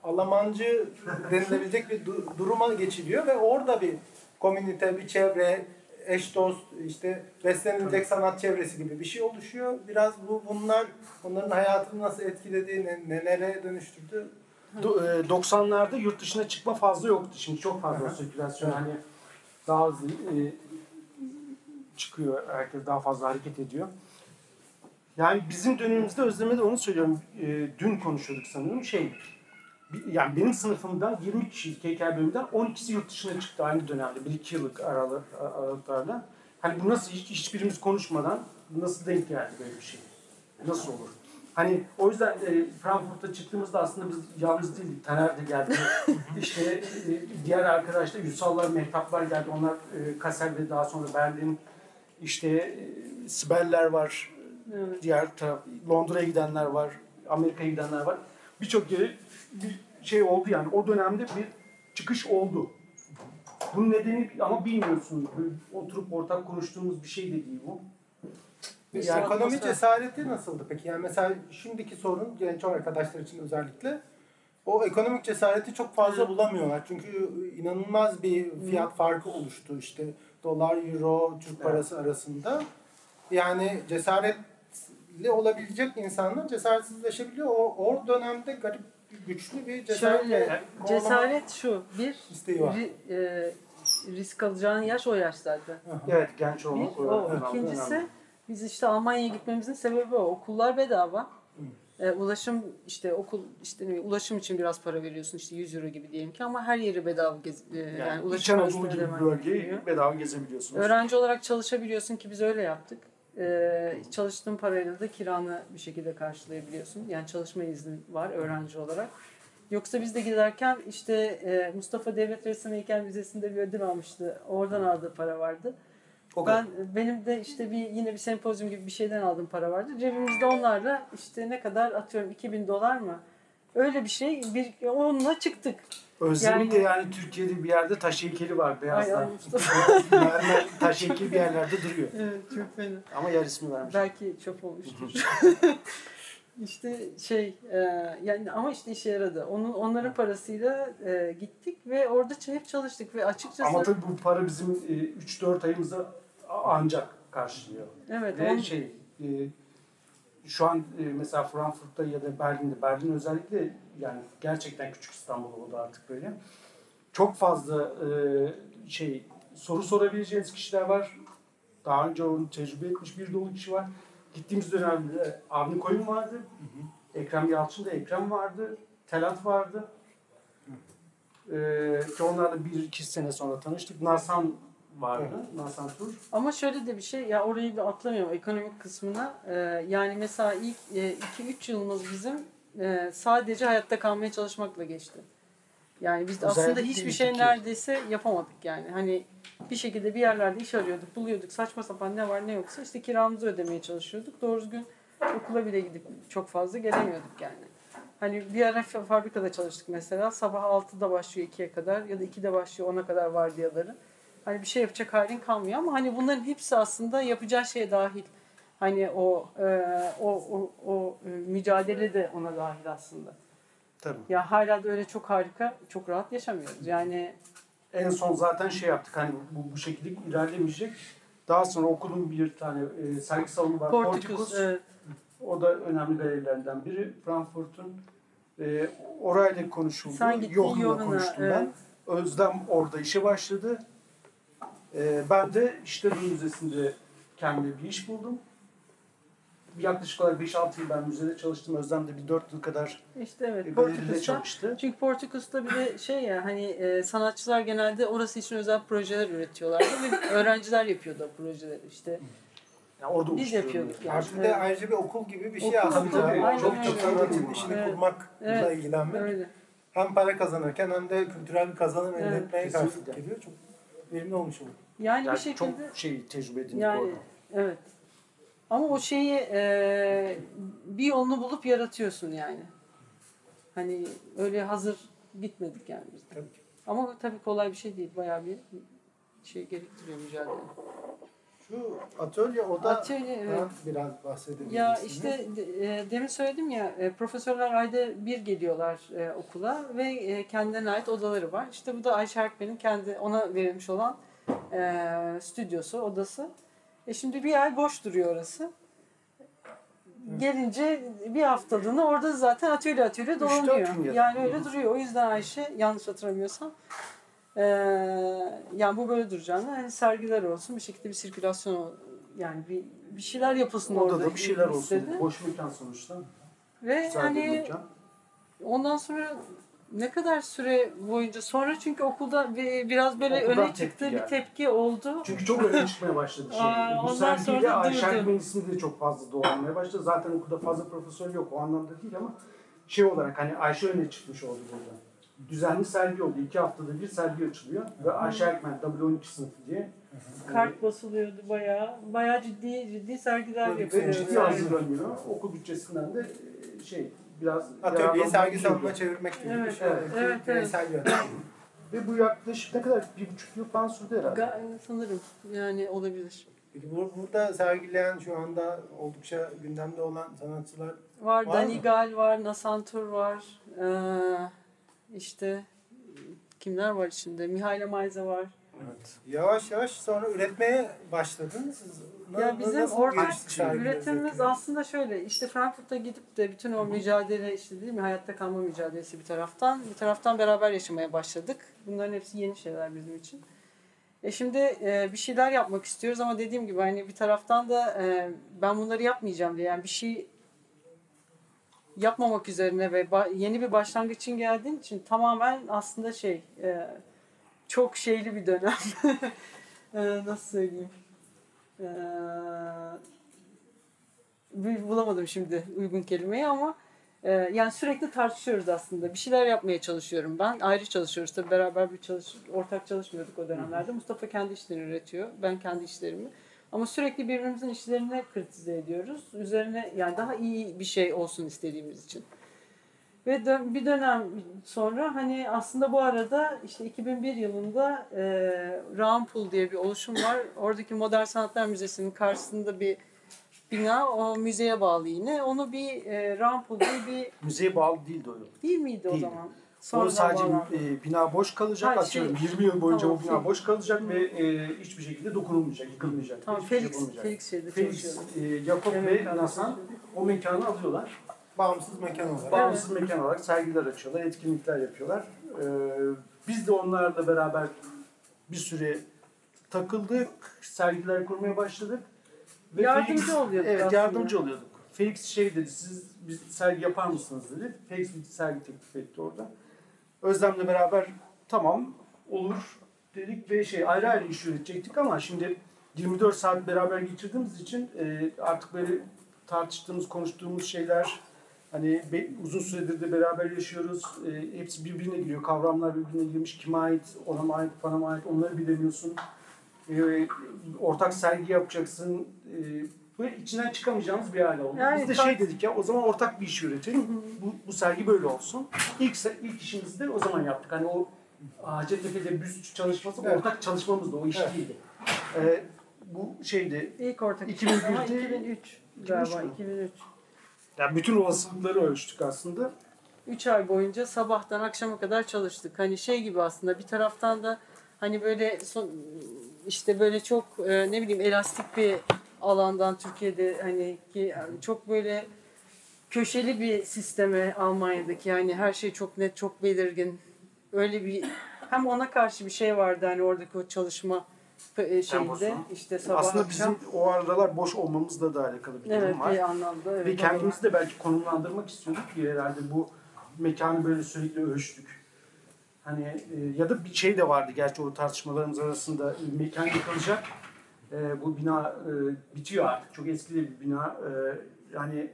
Almancı denilebilecek bir duruma geçiliyor ve orada bir komünite, bir çevre, eş dost, işte beslenilecek sanat çevresi gibi bir şey oluşuyor. Biraz bunlar onların hayatını nasıl etkilediği, nelere dönüştürdü. 90'larda yurt dışına çıkma fazla yoktu. Şimdi çok fazla sirkülasyon. Hani daha hızlı çıkıyor. Herkes daha fazla hareket ediyor. Yani bizim dönemimizde Özlem'e de onu söylüyorum. Dün konuşuyorduk sanırım. Yani benim sınıfımdan 20 kişilik heykel bölümünden 12'si yurt dışına çıktı aynı dönemde. 1-2 yıllık aralıklarla. Hani bu nasıl hiçbirimiz konuşmadan nasıl denk geldi böyle bir şey? Nasıl olur? Hani o yüzden Frankfurt'a çıktığımızda aslında biz yalnız değildik. Taner de geldi. İşte diğer arkadaşlar, Yursallar, Mehtaplar geldi. Onlar Kassel ve daha sonra Berlin. İşte Sibeller var. Evet. Diğer taraf, Londra'ya gidenler var. Amerika'ya gidenler var. Birçok yere bir şey oldu yani. O dönemde bir çıkış oldu. Bunun nedeni ama bilmiyorsunuz. Böyle oturup ortak konuştuğumuz bir şey de değil bu. Yani ekonomi cesareti nasıldı peki? Yani mesela şimdiki sorun genç arkadaşlar için özellikle o ekonomik cesareti çok fazla bulamıyorlar. Çünkü inanılmaz bir fiyat farkı oluştu işte dolar, euro, Türk parası arasında. Yani cesaretli olabilecek insanlar cesaretsizleşebiliyor. O dönemde garip, güçlü bir cesaret. Şöyle, cesaret şu. Bir, İsteği var. risk alacağın yaş o yaşlarda. Evet, genç Bir, olmak o. önemli. İkincisi, biz işte Almanya'ya gitmemizin sebebi o. Okullar bedava. Ulaşım işte ulaşım için biraz para veriyorsun işte 100 euro gibi diyelim ki ama her yeri bedava yani İç ulaşım Anadolu arasında gibi bir ödemen bölgeyi gerekiyor. bedava gezebiliyorsunuz. Öğrenci olarak çalışabiliyorsun ki biz öyle yaptık. Çalıştığın parayla da kiranı bir şekilde karşılayabiliyorsun. Yani çalışma iznin var öğrenci olarak. Yoksa biz de giderken işte Mustafa Devlet Ressam Heykel Müzesi'nde bir ödül almıştı. Oradan aldığı para vardı. Benim de işte yine bir sempozyum gibi bir şeyden aldığım para vardı. Cebimizde onlarla işte ne kadar atıyorum $2000 mı? Öyle bir şey. Onunla çıktık. Özlem'in de yani Türkiye'de bir yerde taş heykeli var Ay beyazlar. Mustafa. Mermer taş heykeli bir yerlerde duruyor. Evet çok fena. Ama yer ismi vermiş. Belki çöp olmuştur. İşte yani ama işte işe yaradı. Onların parasıyla gittik ve orada hep çalıştık ve açıkçası. Ama tabii bu para bizim 3-4 ayımızı ancak karşılıyor. Evet. Ve şu an mesela Frankfurt'ta ya da Berlin özellikle yani gerçekten küçük İstanbul oldu artık böyle. Çok fazla soru sorabileceğiniz kişiler var. Daha önce onu tecrübe etmiş bir dolu kişi var. Gittiğimiz dönemde Avni Koyun vardı. Ekrem Yalçın'da Ekrem vardı. Telat vardı. Ki onlarla 1-2 sene sonra tanıştık. Nasan vardı. Nasan Tur. Ama şöyle de bir şey ya orayı bir atlamıyorum ekonomik kısmına. Yani mesela ilk 2-3 yılımız bizim sadece hayatta kalmaya çalışmakla geçti. Yani biz aslında Özellikle hiçbir ilk şey 2 neredeyse yapamadık yani. Hani bir şekilde bir yerlerde iş arıyorduk, buluyorduk. Saçma sapan ne var ne yoksa işte kiramızı ödemeye çalışıyorduk. Doğru düzgün okula bile gidip çok fazla gelemiyorduk yani. Hani bir ara fabrikada çalıştık mesela. Sabah 6'da başlıyor 2'ye kadar ya da 2'de başlıyor 10'a kadar vardiyaları. Hani bir şey yapacak halin kalmıyor ama hani bunların hepsi aslında yapacağı şeye dahil. Hani mücadele de ona dahil aslında. Tabii. Ya hala da öyle çok harika, çok rahat yaşamıyoruz. Yani En son zaten şey yaptık hani bu şekilde ilerlemeyecek. Daha sonra okulun bir tane sergi salonu var. Portikus, evet. O da önemli galerilerinden biri. Frankfurt'un orayla konuşuldu. Sen gittin Johan'la Johan'a, konuştum evet. ben. Özlem orada işe başladı. Ben de İşler Müzesi'nde kendime bir iş buldum. Yaklaşık olarak 5-6 yıl ben müzede çalıştım. Özlem de bir 4 yıl kadar İşte evet galeride Portikus'ta. çalıştı. Çünkü Portikus'ta bir de şey ya hani sanatçılar genelde orası için özel projeler üretiyorlardı ve öğrenciler yapıyordu o projeleri işte. Yani orada Biz yapıyorduk yani. Artık de ayrıca bir okul gibi bir şey Okul, aslında. tabii. aynen Çok öyle. çok sanatın işini Evet. kurmakla Evet. ilgilenmek. Öyle. Hem para kazanırken hem de kültürel bir kazanım elde Evet. etmeye Kesinlikle. karşılık geliyor. Çok verimli olmuş oldu. Yani Yani bir şekilde çok tecrübe edindik yani orada. evet. Ama o şeyi bir yolunu bulup yaratıyorsun yani. Hani öyle hazır gitmedik yani biz de. Tabii ki. Ama tabii kolay bir şey değil. Bayağı bir şey gerektiriyor mücadele. Şu atölye oda Atölye, evet. biraz bahsedebilirsiniz. Ya işte demin söyledim ya profesörler ayda bir geliyorlar okula ve kendilerine ait odaları var. İşte bu da Ayşe Erkmen'in kendi ona verilmiş olan stüdyosu, odası. Şimdi bir ay boş duruyor orası. Gelince bir haftalığına orada zaten atölye dolanıyor. gün ya. Yani öyle duruyor. O yüzden Ayşe yanlış hatırlamıyorsam yani bu böyle duracağını hani sergiler olsun bir şekilde bir sirkülasyon yani bir şeyler yapılsın orada. Orada da bir şeyler olsun. istedi. Boş mekan sonuçta. Ve Güzel bir hani mekan. ondan sonra ne kadar süre boyunca sonra çünkü okulda biraz böyle Okuldan öne tepki çıktı bir geldi. tepki oldu. Çünkü çok öne çıkmaya başladı şey. Aa, Bu ondan sergiyle sonra Ayşe durdu. Erkmen'in ismi de çok fazla dolanmaya başladı. Zaten okulda fazla profesör yok o anlamda değil ama şey olarak hani Ayşe öne çıkmış oldu burada. Düzenli sergi oldu. 2 haftada bir sergi açılıyor. Ve Ayşe Erkmen W12 sınıfı diye. Kart basılıyordu bayağı ciddi sergiler Ve yapılıyor. ciddi Yani. hazırlanıyor. Okul bütçesinden de şey biraz Atölyeyi yararlanmak sergi gerekiyor. salonuna çevirmek gibi bir Evet, şey. evet. Bireysel yöntem. Ve bu yaklaşık ne kadar? 1,5 yıl falan sürdü herhalde. Sanırım yani olabilir. Peki burada sergileyen şu anda oldukça gündemde olan sanatçılar Var Var Dani mı? Gal var, Nasantur var. İşte kimler var içinde? Mihail Maize var. yavaş yavaş sonra üretmeye başladınız. Siz Ya bizim nasıl ortak gelişti sergiler üretimimiz üretimi? aslında şöyle işte Frankfurt'a gidip de bütün o mücadele işte değil mi hayatta kalma mücadelesi bir taraftan beraber yaşamaya başladık. Bunların hepsi yeni şeyler bizim için. Şimdi bir şeyler yapmak istiyoruz ama dediğim gibi hani bir taraftan da ben bunları yapmayacağım diye yani bir şey yapmamak üzerine ve yeni bir başlangıç için geldiğin için tamamen aslında çok şeyli bir dönem. Nasıl söyleyeyim? Bulamadım şimdi uygun kelimeyi ama yani sürekli tartışıyoruz aslında. Bir şeyler yapmaya çalışıyorum ben. Ayrı çalışıyoruz tabii beraber ortak çalışmıyorduk o dönemlerde. Mustafa kendi işlerini üretiyor. Ben kendi işlerimi. Ama sürekli birbirimizin işlerini kritize ediyoruz. Üzerine yani daha iyi bir şey olsun istediğimiz için. Ve bir dönem sonra hani aslında bu arada işte 2001 yılında Rampul diye bir oluşum var. Oradaki Modern Sanatlar Müzesi'nin karşısında bir bina o müzeye bağlı yine. Onu bir Rampul diye bir Müzeye bağlı değildi o yıl. değil miydi o Değildi. zaman? Orada sadece bağlandı. bina boş kalacak. Ha, Atıyorum 20 yıl boyunca tamam, o bina boş kalacak ve hiçbir şekilde dokunulmayacak, yıkılmayacak. Tamam hiçbir şey Felix yapılmayacak. şeyde Felix, çalışıyordu. Jakob Evet, ve Nasan o mekanı alıyorlar. Bağımsız mekan olarak. Bağımsız mekan olarak sergiler açıyorlar, etkinlikler yapıyorlar. Biz de onlarla beraber bir süre takıldık, sergiler kurmaya başladık. Ve Yardımcı oluyorduk Evet, aslında. yardımcı oluyorduk. Felix şey dedi, siz bir sergi yapar mısınız dedi. Felix bir sergi teklif etti orada. Özlem'le beraber tamam olur dedik ve ayrı ayrı iş üretecektik ama şimdi 24 saat beraber geçirdiğimiz için artık böyle tartıştığımız, konuştuğumuz şeyler hani uzun süredir de beraber yaşıyoruz. Hepsi birbirine giriyor. Kavramlar birbirine girmiş. Kime ait, ona mı ait, bana mı ait onları bilemiyorsun. Ortak sergi yapacaksın. Böyle içinden çıkamayacağımız bir hale oldu. Yani Biz de dedik ya o zaman ortak bir iş üretelim. Bu sergi böyle olsun. İlk işimizi de o zaman yaptık. Hani o Hacettepe'de büst çalışması ortak çalışmamızdı. O iş değildi. Bu İlk ortak 2001'de ama 2003 galiba mü? 2003. yani bütün olasılıkları ölçtük aslında. 3 ay boyunca sabahtan akşama kadar çalıştık. Hani gibi aslında bir taraftan da hani böyle işte böyle çok ne bileyim elastik bir alandan Türkiye'de hani ki yani çok böyle köşeli bir sisteme Almanya'daki yani her şey çok net çok belirgin. Öyle bir hem ona karşı bir şey vardı hani oradaki o çalışma şeyinde işte sabah Aslında akşam. bizim o aralar boş olmamızla da alakalı bir Evet durum var. bir anlamda evet. Ve kendimizi de belki konumlandırmak istiyorduk ki herhalde bu mekanı böyle sürekli ölçtük. Hani ya da bir şey de vardı gerçi o tartışmalarımız arasında mekan yıkılacak. Bu bina bitiyor artık. Çok eski de bir bina. Yani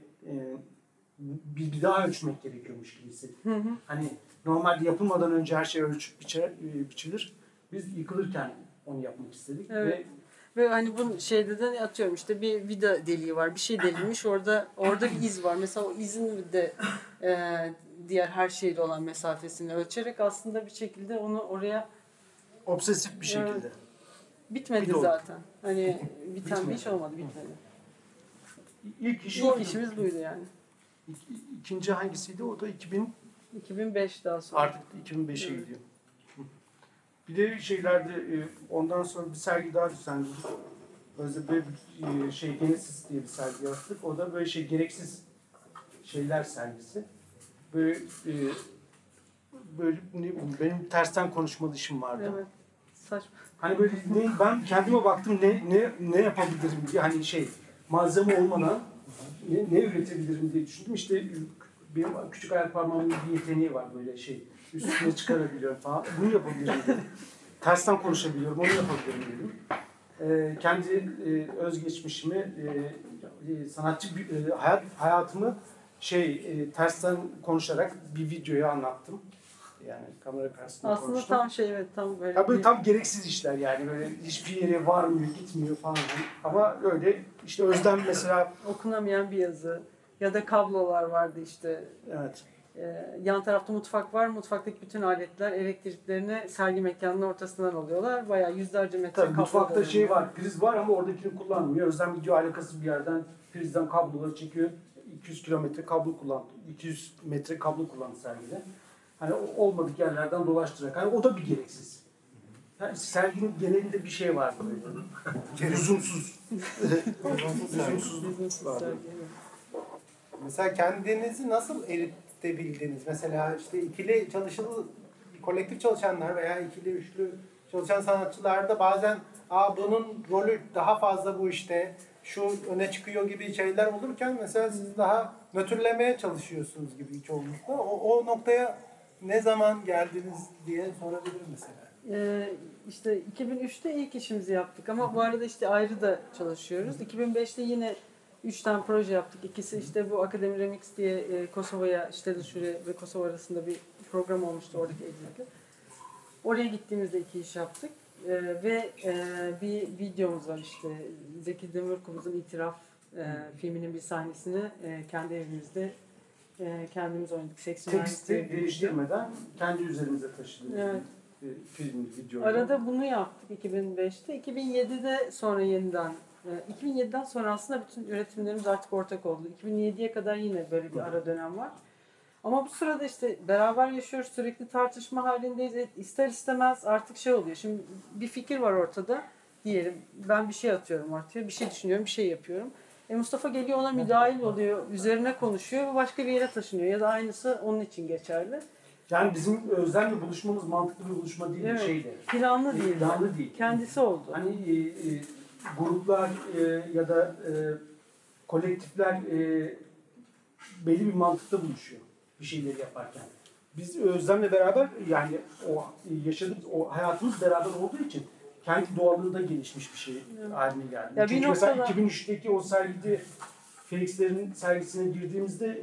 bir daha ölçmek gerekiyormuş gibi hissettik. Hani normalde yapılmadan önce her şey ölçüp biçilir. Biz yıkılırken onu yapmak istedik. Evet. Ve hani bu de atıyorum işte bir vida deliği var. Bir şey delinmiş orada bir iz var. Mesela o izin de diğer her şeyle olan mesafesini ölçerek aslında bir şekilde onu oraya Obsesif bir şekilde. bitmedi Bir de oldu. zaten. Hani biten bir iş olmadı, bitmedi. İlk iş İlk oydu. işimiz buydu yani. İkinci hangisiydi? O da 2005 daha sonra. artık 2005'e Evet. gidiyor. Bir de şeylerde ondan sonra bir sergi daha düzenledik. Özellikle böyle Genesis diye bir sergi yaptık. O da böyle gereksiz şeyler sergisi. Böyle böyle ne bileyim, benim tersten konuşmalı işim vardı. Evet. Saçma. Hani böyle ben kendime baktım ne yapabilirim diye hani malzeme olmadan ne üretebilirim diye düşündüm. İşte benim küçük ayak parmağımın bir yeteneği var böyle üstüne çıkarabiliyorum falan. Bunu yapabilirim dedim. Tersten konuşabiliyorum, onu yapabilirim dedim. Kendi özgeçmişimi, sanatçı hayatımı tersten konuşarak bir videoya anlattım. Yani kamera karşısında Aslında konuştum. tam evet tam böyle. Ya böyle tam gereksiz işler yani böyle hiçbir yere varmıyor, gitmiyor falan. Ama öyle işte Özlem mesela. Okunamayan bir yazı ya da kablolar vardı işte. Evet. Yan tarafta mutfak var. Mutfaktaki bütün aletler elektriklerini sergi mekanının ortasından alıyorlar. Bayağı yüzlerce metre Tabii kablo mutfakta dolanıyor. var, priz var ama oradakini kullanmıyor. Özlem gidiyor alakasız bir yerden prizden kabloları çekiyor. 200 kilometre kablo kullandı. 200 metre kablo kullandı sergide. Hani olmadık yerlerden dolaştırarak. Hani o da bir gereksiz. Yani serginin genelinde bir şey var böyle. Lüzumsuz. Lüzumsuzluk var. Sergi, evet. Mesela kendinizi nasıl eritebildiniz? Mesela işte kolektif çalışanlar veya ikili, üçlü çalışan sanatçılarda bazen bunun rolü daha fazla bu işte, şu öne çıkıyor gibi şeyler olurken mesela siz daha nötrlemeye çalışıyorsunuz gibi çoğunlukla. O noktaya ne zaman geldiniz diye sorabilirim mesela. İşte 2003'te ilk işimizi yaptık ama bu arada işte ayrı da çalışıyoruz. 2005'te yine 3 tane proje yaptık. İkisi işte bu Akademi Remix diye Kosova'ya, Ştedişure ve Kosova arasında bir program olmuştu oradaki Edirne'de. Oraya gittiğimizde 2 iş yaptık. Ve bir videomuz var işte. Zeki Demirkubuz'un İtiraf filminin bir sahnesini kendi evimizde kendimiz oynadık. Seksi Teksti değiştirmeden kendi üzerimize taşıdık. Evet. Film, video. Arada bunu yaptık 2005'te. 2007'de sonra yeniden 2007'den sonra aslında bütün üretimlerimiz artık ortak oldu. 2007'ye kadar yine böyle bir ara dönem var. Ama bu sırada işte beraber yaşıyoruz, sürekli tartışma halindeyiz. İster istemez artık oluyor. Şimdi bir fikir var ortada diyelim. Ben bir şey atıyorum ortaya, bir şey düşünüyorum, bir şey yapıyorum. Mustafa geliyor ona müdahil oluyor, üzerine konuşuyor ve başka bir yere taşınıyor. Ya da aynısı onun için geçerli. Yani bizim Özlem'le buluşmamız mantıklı bir buluşma değil, Evet, şeydi. planlı değil. Planlı değil. Kendisi oldu. Hani gruplar ya da kolektifler belli bir mantıkta buluşuyor bir şeyleri yaparken. Biz Özlem'le beraber yani o yaşadığımız, o hayatımız beraber olduğu için kendi doğallığında gelişmiş bir şey haline geldi. Ya Çünkü bir mesela noktada... 2003'teki o sergide Felix'lerin sergisine girdiğimizde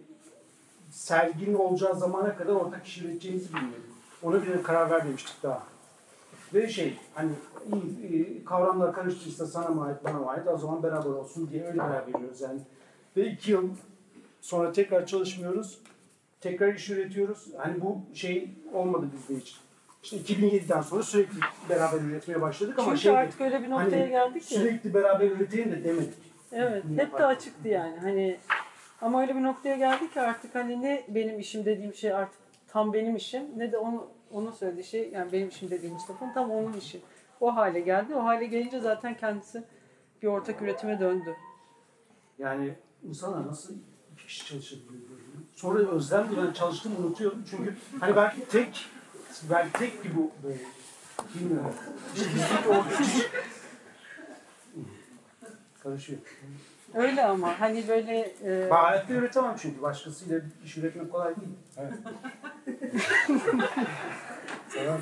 serginin olacağı zamana kadar ortak iş üreteceğimizi bilmiyorduk. Ona bile karar vermemiştik daha. Ve hani kavramlar karıştıysa sana mı ait, bana mı ait, o zaman beraber olsun diye öyle karar veriyoruz yani. Ve 2 yıl sonra tekrar çalışmıyoruz, tekrar iş üretiyoruz. Hani bu olmadı bizde hiç. İşte 2007'den sonra sürekli beraber üretmeye başladık ama Çünkü artık öyle bir noktaya geldik ki. Sürekli beraber üretelim de demedik. Evet, hep de açıktı yani. Hani ama öyle bir noktaya geldik ki artık hani ne benim işim dediğim şey artık tam benim işim, ne de onun söylediği şey yani benim işim dediğim Mustafa'nın tam onun işi. O hale geldi. O hale gelince zaten kendisi bir ortak üretime döndü. Yani insanlar nasıl 2 kişi çalışabiliyor? Sonra Özlem'le ben çalıştığımı unutuyorum çünkü hani belki tek gibi böyle. Bilmiyorum. İşte bizdeki o karışıyor. Öyle ama hani böyle... Ben hayatta üretemem çünkü başkasıyla iş üretmek kolay değil. Evet. Tamam.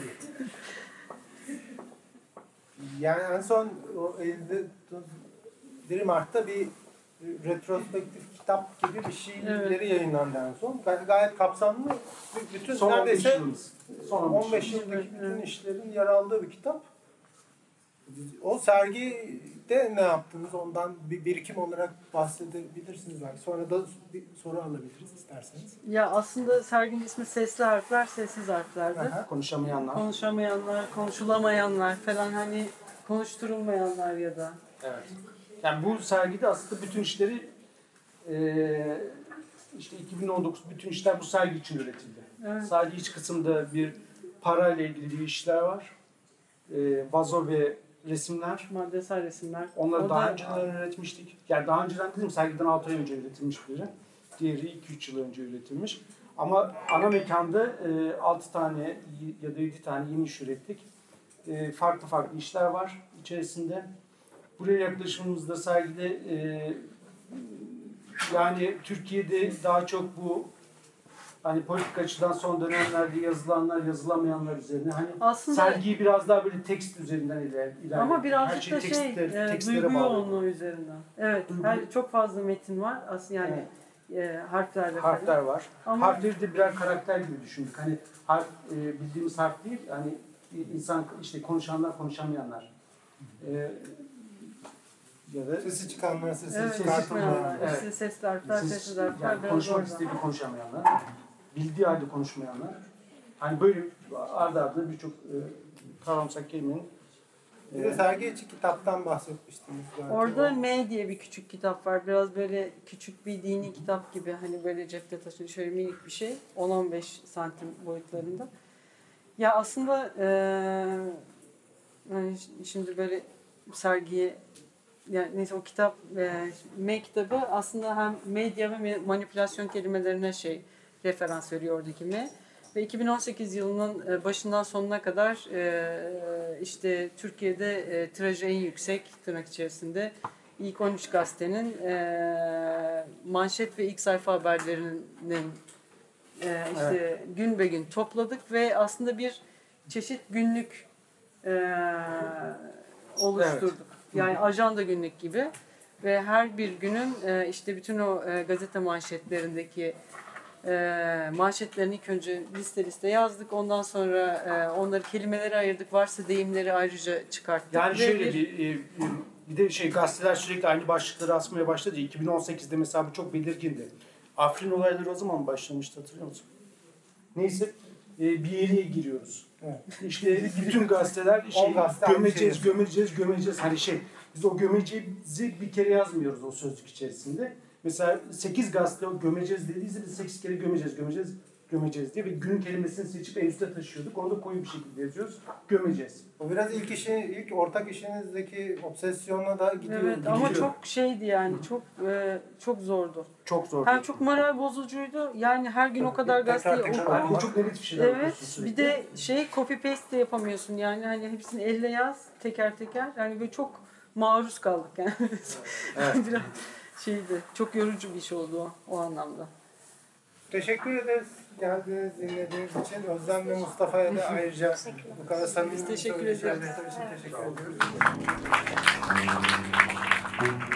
Yani en son o Dream Art'ta bir retrospektif kitap gibi bir şeyleri yayınlandı en son. Gayet kapsamlı. Bütün Son neredeyse 15 yıldaki bütün işlerin yer aldığı bir kitap. O sergide ne yaptınız? Ondan bir birikim olarak bahsedebilirsiniz belki. Sonra da bir soru alabiliriz isterseniz. Ya aslında serginin ismi Sesli Harfler, Sessiz Harfler'di. Konuşamayanlar. Konuşamayanlar, konuşulamayanlar falan hani konuşturulmayanlar ya da. Evet. Yani bu sergide aslında bütün işleri işte 2019 bütün işler bu sergi için üretildi. Evet. Sadece iç kısımda bir parayla ilgili bir işler var. Vazo ve resimler. Maddesel resimler. Onları O daha da- önceden üretmiştik. Yani daha önceden dedim sergiden 6 ay önce üretilmiş biri. Diğeri 2-3 yıl önce üretilmiş. Ama ana mekanda 6 tane ya da 7 tane yeni iş ürettik. Farklı farklı işler var içerisinde. Buraya yaklaşımımızda sergide yani Türkiye'de daha çok bu hani politik açıdan son dönemlerde yazılanlar, yazılamayanlar üzerine hani Aslında sergiyi biraz daha böyle tekst üzerinden ilerliyor. ama Her birazcık şey da tekstlere duygu bağlı. yoğunluğu üzerinden. Evet, Duygu- çok fazla metin var. Aslında yani harflerle falan. Harfler var. Ama Harfleri de birer karakter gibi düşündük. Hani harf bildiğimiz harf değil, hani insan işte konuşanlar, konuşamayanlar. Ya da Sesi çıkanlar, sesi evet, çıkartmayanlar. çıkmayanlar. Evet. İşte sesli harfler, sessiz harfler yani biraz konuşmak orada. istediği konuşamayanlar, bildiği halde konuşmayanlar. Hani böyle arda arda birçok kavramsal kelimenin Bir de sergi içi kitaptan bahsetmiştiniz. belki. Orada M diye bir küçük kitap var. Biraz böyle küçük bir dini kitap gibi. Hani böyle cepte taşıyan şöyle minik bir şey. 10-15 santim boyutlarında. Ya aslında yani şimdi böyle sergiye yani neyse o kitap M kitabı aslında hem medya ve manipülasyon kelimelerine referans veriyor oradaki M. Ve 2018 yılının başından sonuna kadar işte Türkiye'de tirajı en yüksek tırnak içerisinde ilk 13 gazetenin manşet ve ilk sayfa haberlerinin işte gün be gün topladık ve aslında bir çeşit günlük oluşturduk. Yani ajanda günlük gibi ve her bir günün işte bütün o gazete manşetlerindeki manşetlerini ilk önce liste yazdık. Ondan sonra onları kelimelere ayırdık. Varsa deyimleri ayrıca çıkarttık. yani Ve şöyle bir de gazeteler sürekli aynı başlıkları asmaya başladı. 2018'de mesela bu çok belirgindi. Afrin olayları o zaman başlamıştı, hatırlıyor musun? Neyse bir yere giriyoruz. Evet. İşte bütün gazeteler On gazete aynı gömeceğiz. Hani biz o gömeceğizi bir kere yazmıyoruz o sözlük içerisinde. Mesela 8 gazete o gömeceğiz dediyse biz 8 kere gömeceğiz diye ve gün kelimesini seçip en üstte taşıyorduk. Onu da koyu bir şekilde yazıyoruz. Gömeceğiz. O biraz ilk ortak işinizdeki obsesyona da gidiyor. evet ama gidiyor. çok şeydi yani. Çok zordu. Çok zor. Hem çok moral bozucuydu. Yani her gün o kadar gazeteyi tekrar oku. Çok net bir şeyler Evet. yapıyorsun sürekli. Bir de copy paste de yapamıyorsun. Yani hani hepsini elle yaz teker teker. Yani böyle çok maruz kaldık yani. Evet. Biraz şeydi. Çok yorucu bir iş oldu o anlamda. Teşekkür ederiz geldiğiniz, dinlediğiniz için. Özlem ve Mustafa'ya da ayrıca bu kadar samimi Biz teşekkür söyledikleri ediyoruz. için teşekkür ediyoruz.